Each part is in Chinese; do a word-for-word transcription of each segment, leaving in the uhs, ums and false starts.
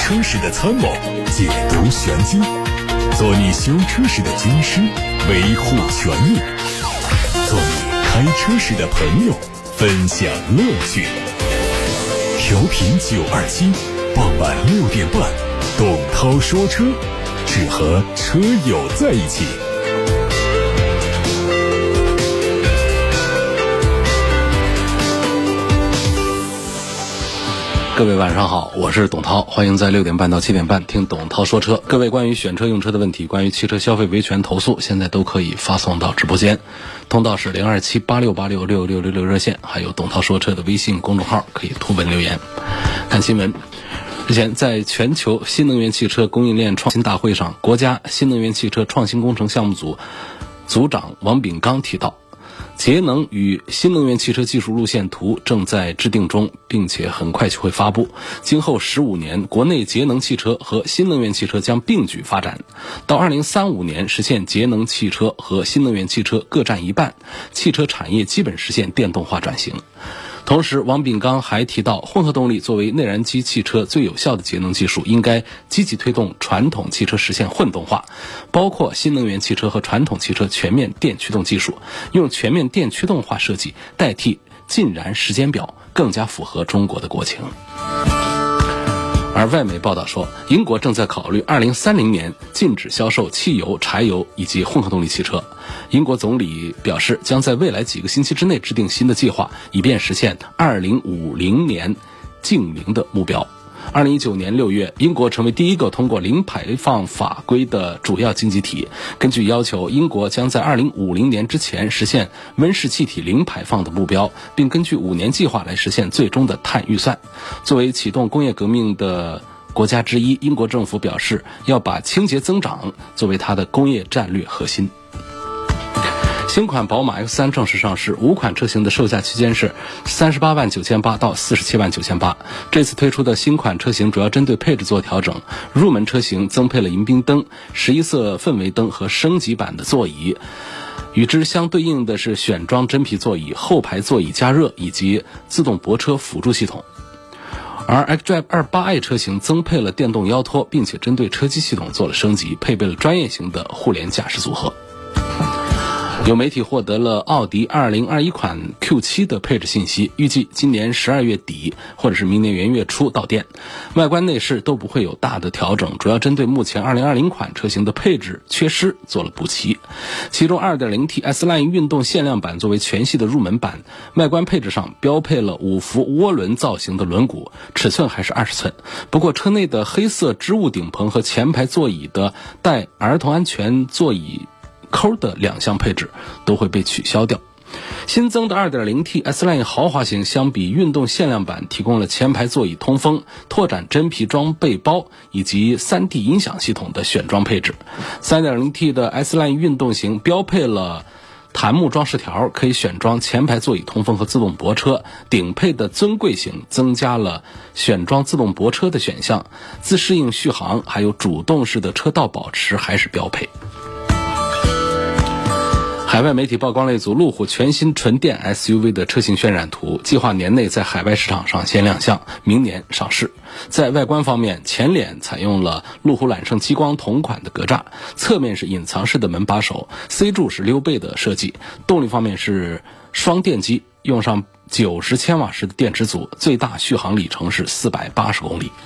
车时的参谋，解读玄机，做你修车时的军师，维护权益，做你开车时的朋友，分享乐趣。调频九二七，傍晚六点半，董涛说车，只和车友在一起。 各位晚上好，我是董涛，欢迎在六点半到七点半听董涛说车。各位关于选车用车的问题，关于汽车消费维权投诉，现在都可以发送到直播间，通道是零二七八六八六六六六六热线，还有董涛说车的微信公众号，可以图文留言。看新闻，之前在全球新能源汽车供应链创新大会上，国家新能源汽车创新工程项目组组长王炳刚提到，节能与新能源汽车技术路线图正在制定中，并且很快就会发布。今后十五年，国内节能汽车和新能源汽车将并举发展，到二零三五年实现节能汽车和新能源汽车各占一半，汽车产业基本实现电动化转型。同时，王炳刚还提到，混合动力作为内燃机汽车最有效的节能技术，应该积极推动传统汽车实现混动化，包括新能源汽车和传统汽车全面电驱动技术，用全面电驱动化设计代替禁燃时间表，更加符合中国的国情。而外媒报道说，英国正在考虑二零三零年禁止销售汽油、柴油以及混合动力汽车。英国总理表示，将在未来几个星期之内制定新的计划，以便实现二零五零年净零的目标。二零一九年六月，英国成为第一个通过零排放法规的主要经济体。根据要求，英国将在二零五零年之前实现温室气体零排放的目标，并根据五年计划来实现最终的碳预算。作为启动工业革命的国家之一，英国政府表示要把清洁增长作为它的工业战略核心。新款宝马 X 三 正式上市，五款车型的售价区间是三十八万九千八到四十七万九千八。这次推出的新款车型主要针对配置做调整，入门车型增配了迎宾灯、十一色氛围灯和升级版的座椅。与之相对应的是选装真皮座椅、后排座椅加热以及自动泊车辅助系统。而 xDrive 二十八 i 车型增配了电动腰托，并且针对车机系统做了升级，配备了专业型的互联驾驶组合。有媒体获得了奥迪二零二一款 Q 七 的配置信息，预计今年十二月底或者是明年元月初到店。外观内饰都不会有大的调整，主要针对目前二零二零款车型的配置缺失做了补齐。其中 二点零 T S-Line 运动限量版作为全系的入门版，外观配置上标配了五幅涡轮造型的轮毂，尺寸还是二十寸。不过车内的黑色织物顶棚和前排座椅的带儿童安全座椅扣的两项配置都会被取消掉。新增的 二点零 T S-Line 豪华型相比运动限量版提供了前排座椅通风、拓展真皮装备包以及 三 D 音响系统的选装配置。 三点零 T 的 S-Line 运动型标配了檀木装饰条，可以选装前排座椅通风和自动泊车。顶配的尊贵型增加了选装自动泊车的选项，自适应续航还有主动式的车道保持还是标配。海外媒体曝光了一组路虎全新纯电 S U V 的车型渲染图，计划年内在海外市场上先亮相，明年上市。在外观方面，前脸采用了路虎揽胜激光同款的格栅，侧面是隐藏式的门把手， C 柱是溜背的设计。动力方面是双电机，用上九十千瓦时的电池组，最大续航里程是四百八十公里。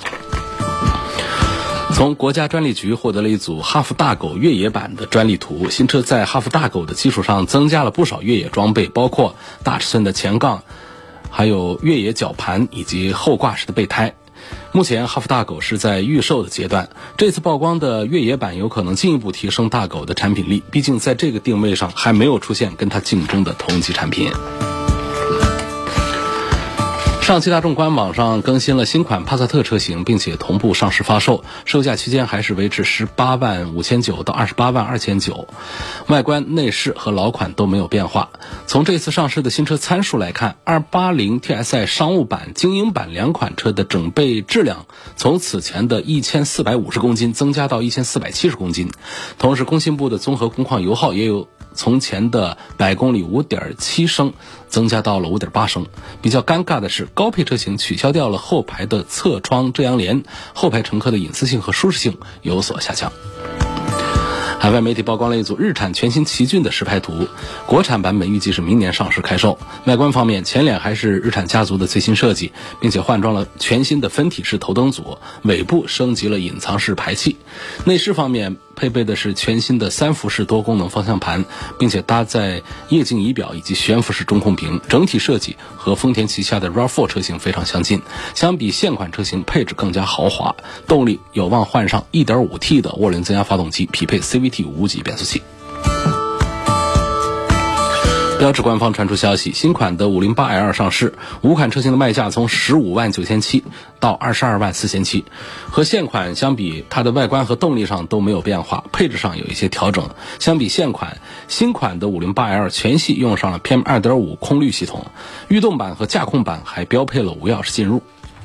从国家专利局获得了一组哈弗大狗越野版的专利图，新车在哈弗大狗的基础上增加了不少越野装备，包括大尺寸的前杠，还有越野绞盘以及后挂式的备胎。目前哈弗大狗是在预售的阶段，这次曝光的越野版有可能进一步提升大狗的产品力，毕竟在这个定位上还没有出现跟它竞争的同级产品。上汽大众官网上更新了新款帕萨特车型，并且同步上市发售，售价区间还是维持十八万五千九到二十八万二千九，外观内饰和老款都没有变化。从这次上市的新车参数来看， 二八零 T S I 商务版、精英版两款车的整备质量从此前的一千四百五十公斤增加到一千四百七十公斤，同时工信部的综合工况油耗也有从前的百公里 五点七升增加到了 五点八升。比较尴尬的是，高配车型取消掉了后排的侧窗遮阳帘，后排乘客的隐私性和舒适性有所下降。海外媒体曝光了一组日产全新奇骏的实拍图，国产版本预计是明年上市开售。外观方面，前脸还是日产家族的最新设计，并且换装了全新的分体式头灯组，尾部升级了隐藏式排气。内饰方面配备的是全新的三辐式多功能方向盘，并且搭载液晶仪表以及悬浮式中控屏，整体设计和丰田旗下的 R A V 四 车型非常相近。相比现款车型，配置更加豪华，动力有望换上 一点五 T 的涡轮增压发动机，匹配 C V T 无级变速器。标致官方传出消息，新款的五零八 L 上市，五款车型的卖价从十五万九千七到二十二万四千七，和现款相比，它的外观和动力上都没有变化，配置上有一些调整。相比现款，新款的五零八 L 全系用上了 P M 二点五 空滤系统，御动版和驾控版还标配了无钥匙进入。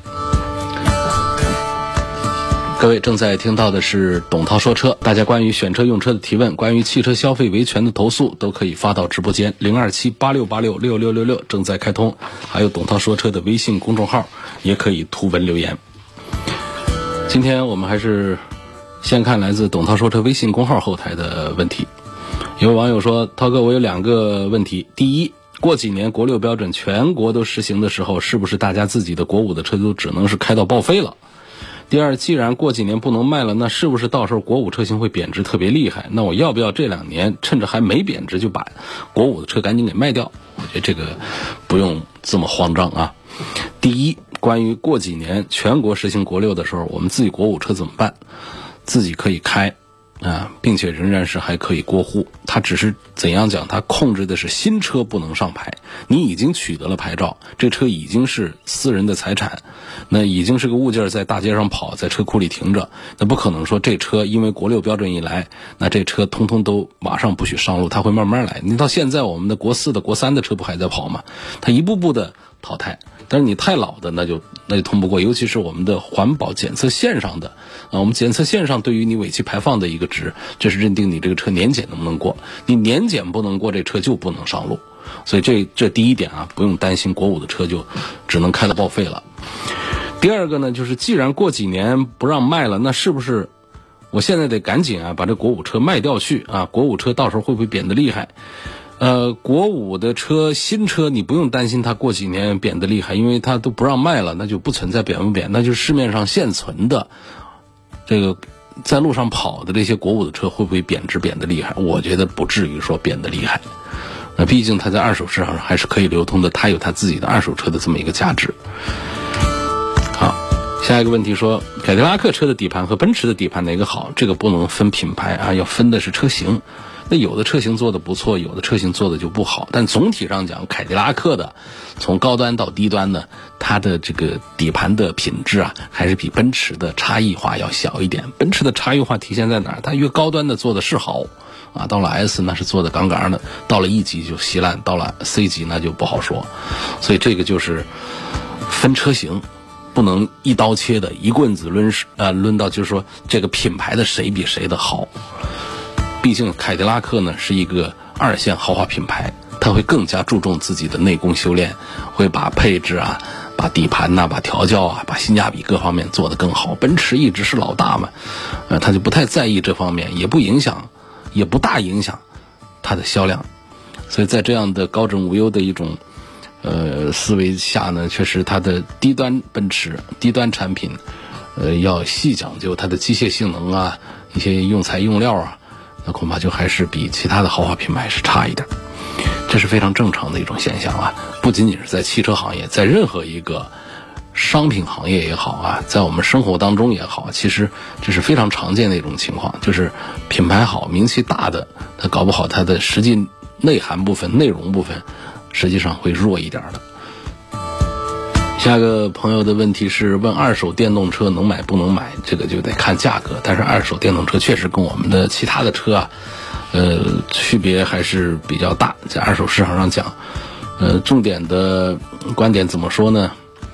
各位正在听到的是董涛说车，大家关于选车用车的提问，关于汽车消费维权的投诉，都可以发到直播间零二七八六八六六六六六，正在开通，还有董涛说车的微信公众号，也可以图文留言。今天我们还是先看来自董涛说车微信公号后台的问题。有位网友说，涛哥，我有两个问题。第一，过几年国六标准全国都实行的时候，是不是大家自己的国五的车都只能是开到报废了？第二，既然过几年不能卖了，那是不是到时候国五车型会贬值特别厉害？那我要不要这两年趁着还没贬值就把国五的车赶紧给卖掉？我觉得这个不用这么慌张啊。第一，关于过几年全国实行国六的时候，我们自己国五车怎么办？自己可以开啊，并且仍然是还可以过户。它只是怎样讲，它控制的是新车不能上牌，你已经取得了牌照，这车已经是私人的财产，那已经是个物件在大街上跑，在车库里停着，那不可能说这车因为国六标准一来，那这车通通都马上不许上路，它会慢慢来。你到现在我们的国四的国三的车不还在跑吗？它一步步的淘汰，但是你太老的那就那就通不过，尤其是我们的环保检测线上的啊，我们检测线上对于你尾气排放的一个值，这是认定你这个车年检能不能过，你年检不能过，这车就不能上路。所以这这第一点啊，不用担心国五的车就只能开到报废了。第二个呢，就是既然过几年不让卖了，那是不是我现在得赶紧啊把这国五车卖掉去啊？国五车到时候会不会贬得厉害？呃，国五的车新车你不用担心它过几年贬得厉害，因为它都不让卖了，那就不存在贬不贬，那就是市面上现存的这个在路上跑的这些国五的车会不会贬值贬得厉害？我觉得不至于说贬得厉害。那毕竟它在二手市场上还是可以流通的，它有它自己的二手车的这么一个价值。好，下一个问题说，凯迪拉克车的底盘和奔驰的底盘哪个好？这个不能分品牌啊，要分的是车型。那有的车型做的不错，有的车型做的就不好，但总体上讲，凯迪拉克的从高端到低端呢，它的这个底盘的品质啊，还是比奔驰的差异化要小一点。奔驰的差异化体现在哪儿？它越高端的做的是好啊，到了 S 那是做的杠杠的，到了 E 级就稀烂，到了 C 级那就不好说。所以这个就是分车型，不能一刀切的一棍子抡呃抡到就是说这个品牌的谁比谁的好。毕竟凯迪拉克呢是一个二线豪华品牌，它会更加注重自己的内功修炼，会把配置啊、把底盘呐、啊、把调教啊、把性价比各方面做得更好。奔驰一直是老大嘛，呃，他就不太在意这方面，也不影响，也不大影响它的销量。所以在这样的高枕无忧的一种呃思维下呢，确实它的低端奔驰、低端产品，呃，要细讲究它的机械性能啊，一些用材用料啊。那恐怕就还是比其他的豪华品牌是差一点，这是非常正常的一种现象啊！不仅仅是在汽车行业，在任何一个商品行业也好啊，在我们生活当中也好，其实这是非常常见的一种情况，就是品牌好、名气大的，它搞不好它的实际内涵部分、内容部分，实际上会弱一点的。下个朋友的问题是问二手电动车能买不能买，这个就得看价格，但是二手电动车确实跟我们的其他的车啊呃，区别还是比较大，在二手市场上讲呃，重点的观点怎么说呢？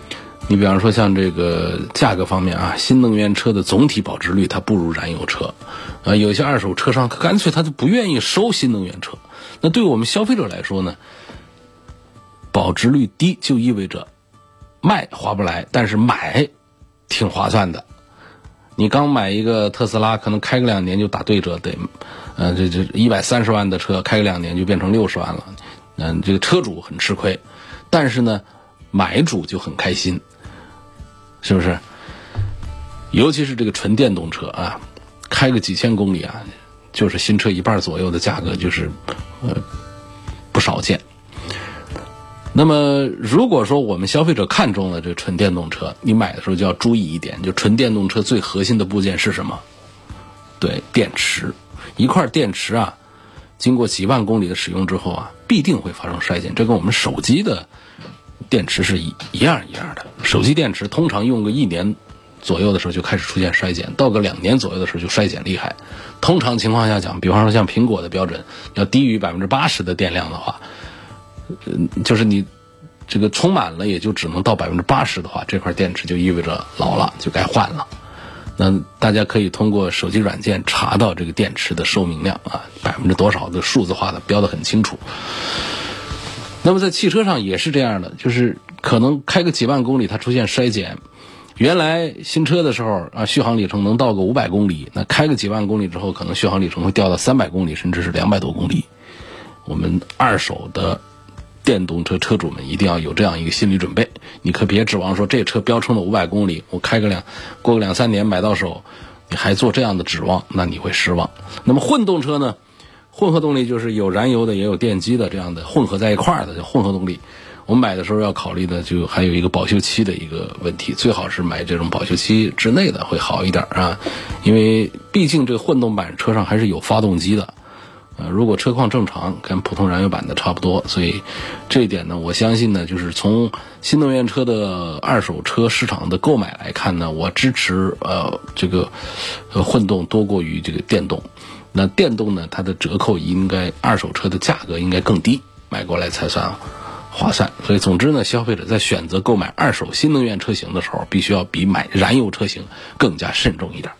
你比方说像这个价格方面啊，新能源车的总体保值率它不如燃油车，呃，有些二手车商干脆他就不愿意收新能源车。那对我们消费者来说呢，保值率低就意味着卖划不来，但是买挺划算的。你刚买一个特斯拉，可能开个两年就打对折，得，呃，这这一百三十万的车开个两年就变成六十万了，嗯、呃，这个车主很吃亏，但是呢，买主就很开心。是不是？尤其是这个纯电动车啊，开个几千公里啊，就是新车一半左右的价格，就是呃不少见。那么如果说我们消费者看中了这个纯电动车，你买的时候就要注意一点，就纯电动车最核心的部件是什么？对，电池。一块电池啊，经过几万公里的使用之后啊，必定会发生衰减，这跟我们手机的电池是一一样一样的。手机电池通常用个一年左右的时候就开始出现衰减，到个两年左右的时候就衰减厉害。通常情况下讲，比方说像苹果的标准要低于百分之八十的电量的话，就是你这个充满了也就只能到百分之八十的话，这块电池就意味着老了，就该换了。那大家可以通过手机软件查到这个电池的寿命量啊，百分之多少的数字化的标得很清楚。那么在汽车上也是这样的，就是可能开个几万公里它出现衰减，原来新车的时候啊，续航里程能到个五百公里，那开个几万公里之后，可能续航里程会掉到三百公里，甚至是两百多公里。我们二手的电动车车主们一定要有这样一个心理准备，你可别指望说这车标称了五百公里，我开个两过个两三年买到手，你还做这样的指望，那你会失望。那么混动车呢？混合动力就是有燃油的也有电机的，这样的混合在一块儿的叫混合动力。我们买的时候要考虑的就还有一个保修期的一个问题，最好是买这种保修期之内的会好一点啊，因为毕竟这个混动版车上还是有发动机的。呃，如果车况正常，跟普通燃油版的差不多，所以这一点呢，我相信呢，就是从新能源车的二手车市场的购买来看呢，我支持呃这个呃混动多过于这个电动。那电动呢，它的折扣应该二手车的价格应该更低，买过来才算划算。所以总之呢，消费者在选择购买二手新能源车型的时候，必须要比买燃油车型更加慎重一点。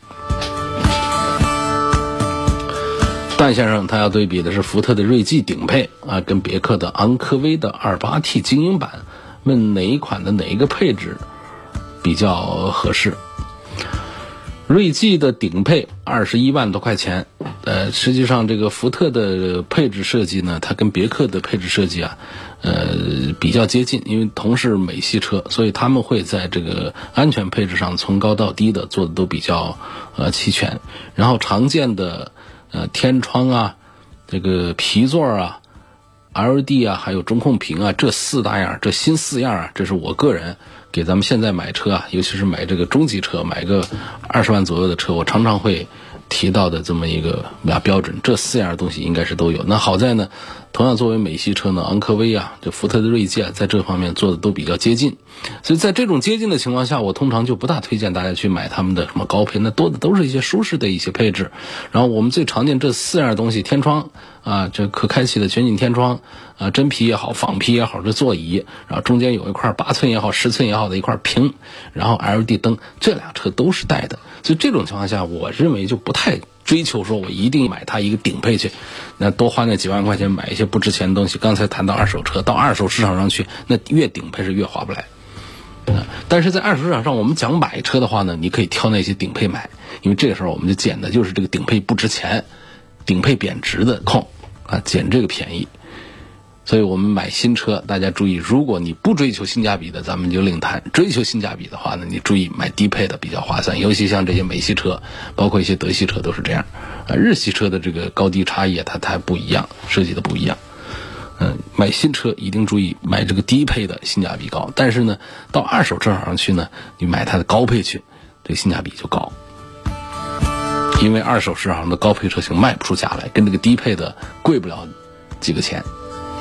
段先生他要对比的是福特的锐际顶配啊，跟别克的昂科威的 二八T 精英版，问哪一款的哪一个配置比较合适。锐际的顶配二十一万多块钱，呃，实际上这个福特的配置设计呢，它跟别克的配置设计啊，呃，比较接近，因为同是美系车，所以他们会在这个安全配置上从高到低的做的都比较呃齐全，然后常见的呃天窗啊，这个皮座啊，L E D 啊，还有中控屏啊，这四大样，这新四样啊，这是我个人给咱们现在买车啊，尤其是买这个中级车，买个二十万左右的车，我常常会提到的这么一个标准，这四样东西应该是都有。那好在呢，同样作为美系车呢，昂科威啊，这福特的锐际啊，在这方面做的都比较接近。所以在这种接近的情况下，我通常就不大推荐大家去买他们的什么高配，那多的都是一些舒适的一些配置。然后我们最常见这四样东西，天窗啊，这可开启的全景天窗啊，真皮也好，仿皮也好，这座椅，然后中间有一块八寸也好，十寸也好的一块屏，然后 L E D 灯，这俩车都是带的。所以这种情况下，我认为就不太追求说我一定买它一个顶配去，那多花那几万块钱买一些不值钱的东西。刚才谈到二手车，到二手市场上去，那越顶配是越划不来。但是在二手市场上，我们讲买车的话呢，你可以挑那些顶配买，因为这个时候我们就捡的就是这个顶配不值钱、顶配贬值的空啊，捡这个便宜。所以我们买新车，大家注意，如果你不追求性价比的，咱们就另谈；追求性价比的话呢，你注意买低配的比较划算。尤其像这些美系车，包括一些德系车都是这样啊。日系车的这个高低差异它它不一样，设计的不一样。嗯，买新车一定注意买这个低配的性价比高，但是呢，到二手市场上去呢，你买它的高配去，这个性价比就高。因为二手市场上的高配车型卖不出价来，跟这个低配的贵不了几个钱。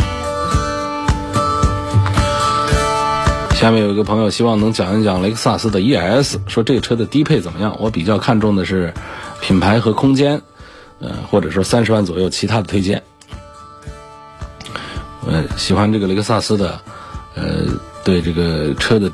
下面有一个朋友希望能讲一讲雷克萨斯的 E S， 说这个车的低配怎么样？我比较看重的是品牌和空间，呃，或者说三十万左右其他的推荐。呃，喜欢这个雷克萨斯的，呃，对这个车的这个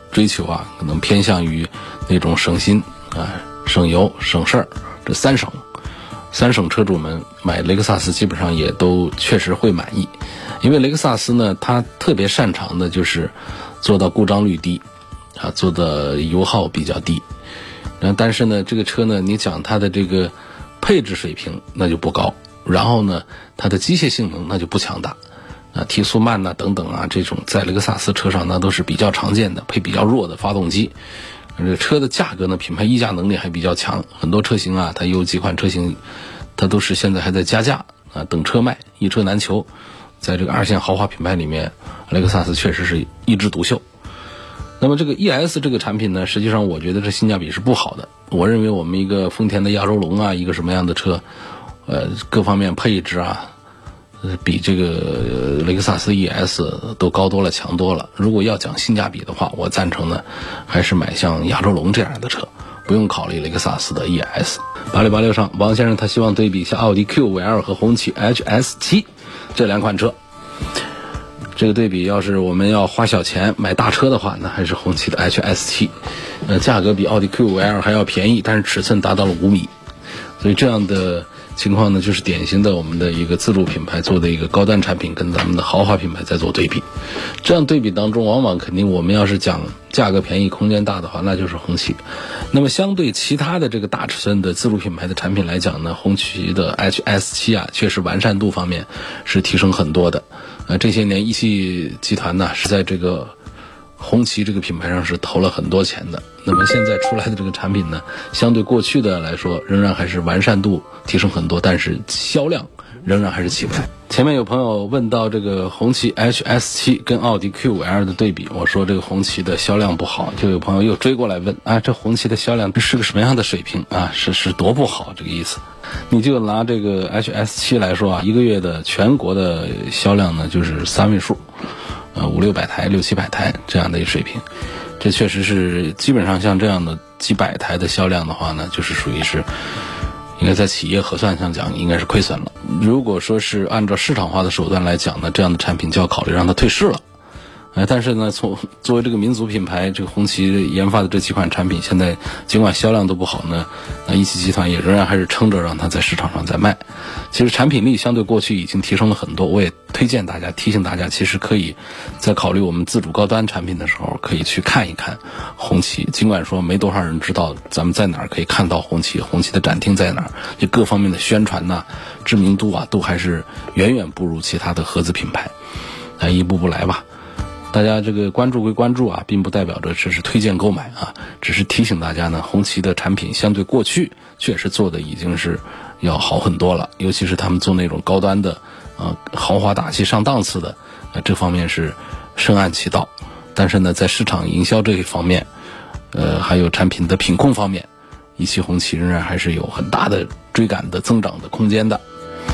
追求啊，可能偏向于那种省心啊、省油、省事儿这三省。三省车主们买雷克萨斯基本上也都确实会满意，因为雷克萨斯呢，它特别擅长的就是做到故障率低啊，做的油耗比较低。然后但是呢，这个车呢，你讲它的这个配置水平那就不高，然后呢，它的机械性能那就不强大啊，提速慢呐、啊、等等啊，这种在雷克萨斯车上那都是比较常见的，配比较弱的发动机。这个车的价格呢，品牌溢价能力还比较强，很多车型啊，它有几款车型，它都是现在还在加价啊，等车卖，一车难求。在这个二线豪华品牌里面，雷克萨斯确实是一枝独秀。那么这个 E S 这个产品呢，实际上我觉得这性价比是不好的。我认为我们一个丰田的亚洲龙啊，一个什么样的车，呃，各方面配置啊，比这个雷克萨斯 E S 都高多了，强多了。如果要讲性价比的话，我赞成呢，还是买像亚洲龙这样的车，不用考虑雷克萨斯的 E S。八六八六上，王先生他希望对比一下奥迪 Q 五 L 和红旗 H S 七 这两款车。这个对比，要是我们要花小钱买大车的话，那还是红旗的 H S 七，呃，价格比奥迪 Q 五 L 还要便宜，但是尺寸达到了五米，所以这样的情况呢，就是典型的我们的一个自主品牌做的一个高端产品跟咱们的豪华品牌在做对比。这样对比当中，往往肯定我们要是讲价格便宜、空间大的话，那就是红旗。那么相对其他的这个大尺寸的自主品牌的产品来讲呢，红旗的 H S 七 啊，确实完善度方面是提升很多的。呃，这些年一汽集团呢是在这个红旗这个品牌上是投了很多钱的。那么现在出来的这个产品呢，相对过去的来说，仍然还是完善度提升很多，但是销量仍然还是起不来。前面有朋友问到这个红旗 H S 七 跟奥迪 Q 五 L 的对比，我说这个红旗的销量不好，就有朋友又追过来问啊，这红旗的销量是个什么样的水平啊？是是多不好这个意思？你就拿这个 H S 七 来说啊，一个月的全国的销量呢就是三位数，呃五六百台、六七百台这样的一个水平。这确实是基本上像这样的几百台的销量的话呢，就是属于是应该在企业核算上讲应该是亏损了。如果说是按照市场化的手段来讲呢，这样的产品就要考虑让它退市了。呃，但是呢，从作为这个民族品牌，这个红旗研发的这几款产品，现在尽管销量都不好呢，那一汽集团也仍然还是撑着让它在市场上在卖。其实产品力相对过去已经提升了很多，我也推荐大家、提醒大家，其实可以在考虑我们自主高端产品的时候，可以去看一看红旗。尽管说没多少人知道咱们在哪儿可以看到红旗，红旗的展厅在哪儿，就各方面的宣传呐、知名度啊，都还是远远不如其他的合资品牌。那一步步来吧。大家这个关注归关注啊，并不代表着这是推荐购买啊，只是提醒大家呢，红旗的产品相对过去确实做的已经是要好很多了，尤其是他们做那种高端的呃豪华大气上档次的，呃这方面是深谙其道。但是呢，在市场营销这一方面，呃还有产品的品控方面，一汽红旗仍然还是有很大的追赶的增长的空间的。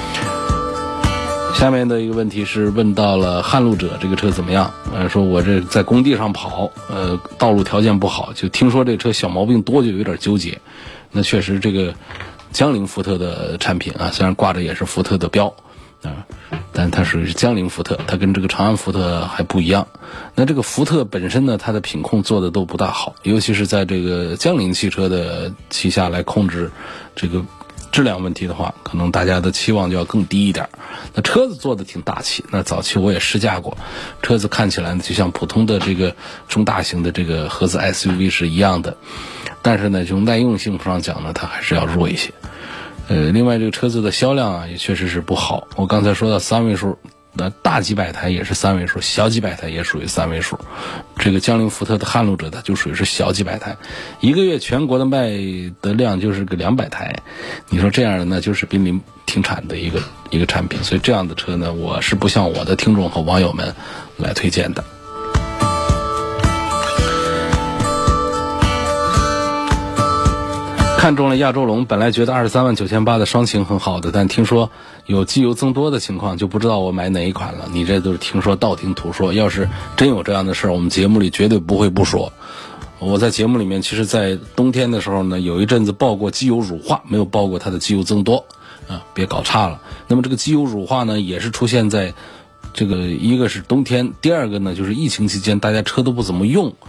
下面的一个问题是问到了撼路者这个车怎么样？呃，说我这在工地上跑，呃，道路条件不好，就听说这车小毛病多，就有点纠结。那确实，这个江铃福特的产品啊，虽然挂着也是福特的标啊，但它属于江铃福特，它跟这个长安福特还不一样。那这个福特本身呢，它的品控做的都不大好，尤其是在这个江铃汽车的旗下来控制这个质量问题的话，可能大家的期望就要更低一点。那车子做的挺大气，那早期我也试驾过，车子看起来呢就像普通的这个中大型的这个合资 S U V 是一样的，但是呢从耐用性上讲呢，它还是要弱一些。呃，另外这个车子的销量啊也确实是不好，我刚才说到三位数，那大几百台也是三位数，小几百台也属于三位数。这个江铃福特的撼路者它就属于是小几百台，一个月全国的卖的量就是个两百台，你说这样的呢就是濒临停产的一个一个产品，所以这样的车呢，我是不向我的听众和网友们来推荐的。看中了亚洲龙，本来觉得二十三万九千八的双擎很好的，但听说有机油增多的情况，就不知道我买哪一款了。你这都是听说道听途说，要是真有这样的事儿，我们节目里绝对不会不说。我在节目里面，其实在冬天的时候呢，有一阵子报过机油乳化，没有报过它的机油增多啊，别搞差了。那么这个机油乳化呢，也是出现在这个一个是冬天，第二个呢就是疫情期间大家车都不怎么用。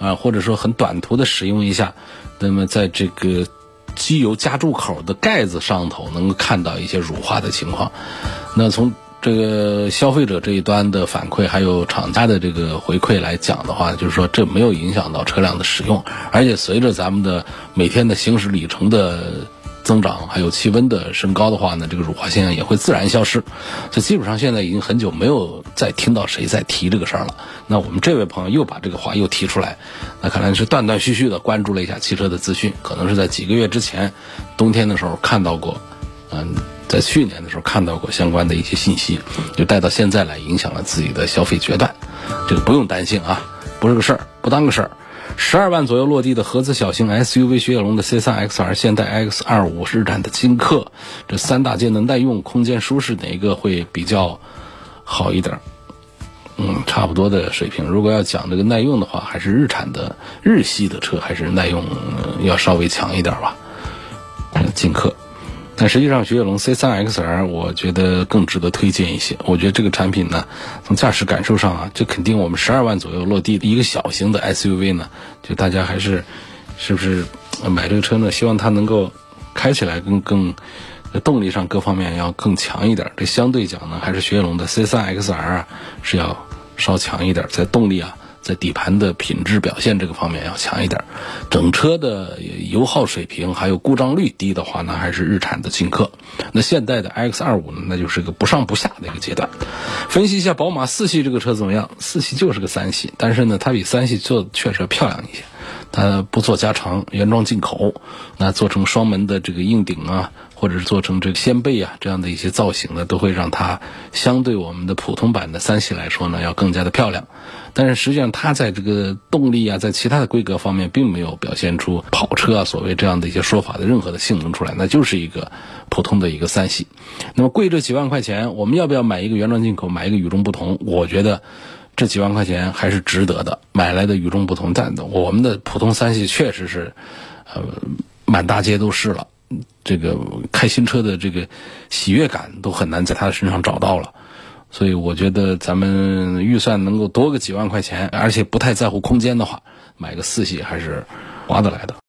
啊，或者说很短途的使用一下，那么在这个机油加注口的盖子上头能够看到一些乳化的情况。那从这个消费者这一端的反馈，还有厂家的这个回馈来讲的话，就是说这没有影响到车辆的使用，而且随着咱们的每天的行驶里程的增长，还有气温的升高的话呢，这个乳化现象也会自然消失。所以基本上现在已经很久没有再听到谁在提这个事儿了。那我们这位朋友又把这个话又提出来，那看来是断断续续的关注了一下汽车的资讯，可能是在几个月之前冬天的时候看到过，嗯，在去年的时候看到过相关的一些信息，就带到现在来影响了自己的消费决断。这个不用担心啊，不是个事儿，不当个事儿。十二万左右落地的合资小型 S U V 雪铁龙的 C 三 X R、 现代 X 二十五、日产的劲客，这三大件能耐用、空间舒适，哪一个会比较好一点？嗯，差不多的水平。如果要讲这个耐用的话，还是日产的日系的车还是耐用、呃、要稍微强一点吧。劲客。但实际上雪铁龙 C 三 X R 我觉得更值得推荐一些。我觉得这个产品呢，从驾驶感受上啊，这肯定我们十二万左右落地的一个小型的 S U V 呢，就大家还是是不是买这个车呢，希望它能够开起来更更动力上各方面要更强一点。这相对讲呢，还是雪铁龙的 C 三 X R 啊是要稍强一点，在动力啊，在底盘的品质表现这个方面要强一点。整车的油耗水平还有故障率低的话呢，还是日产的劲客。那现代的 X 二十五 呢，那就是个不上不下的一个阶段。分析一下宝马四系这个车怎么样？四系就是个三系，但是呢它比三系做的确实漂亮一些。它不做加长，原装进口，那做成双门的这个硬顶啊，或者是做成这个掀背啊，这样的一些造型呢，都会让它相对我们的普通版的三系来说呢，要更加的漂亮。但是实际上它在这个动力啊，在其他的规格方面并没有表现出跑车啊所谓这样的一些说法的任何的性能出来，那就是一个普通的一个三系。那么贵这几万块钱，我们要不要买一个原装进口，买一个与众不同？我觉得这几万块钱还是值得的，买来的与众不同。但我们的普通三系确实是呃满大街都是了，这个开新车的这个喜悦感都很难在他的身上找到了。所以我觉得咱们预算能够多个几万块钱，而且不太在乎空间的话，买个四系还是划得来的。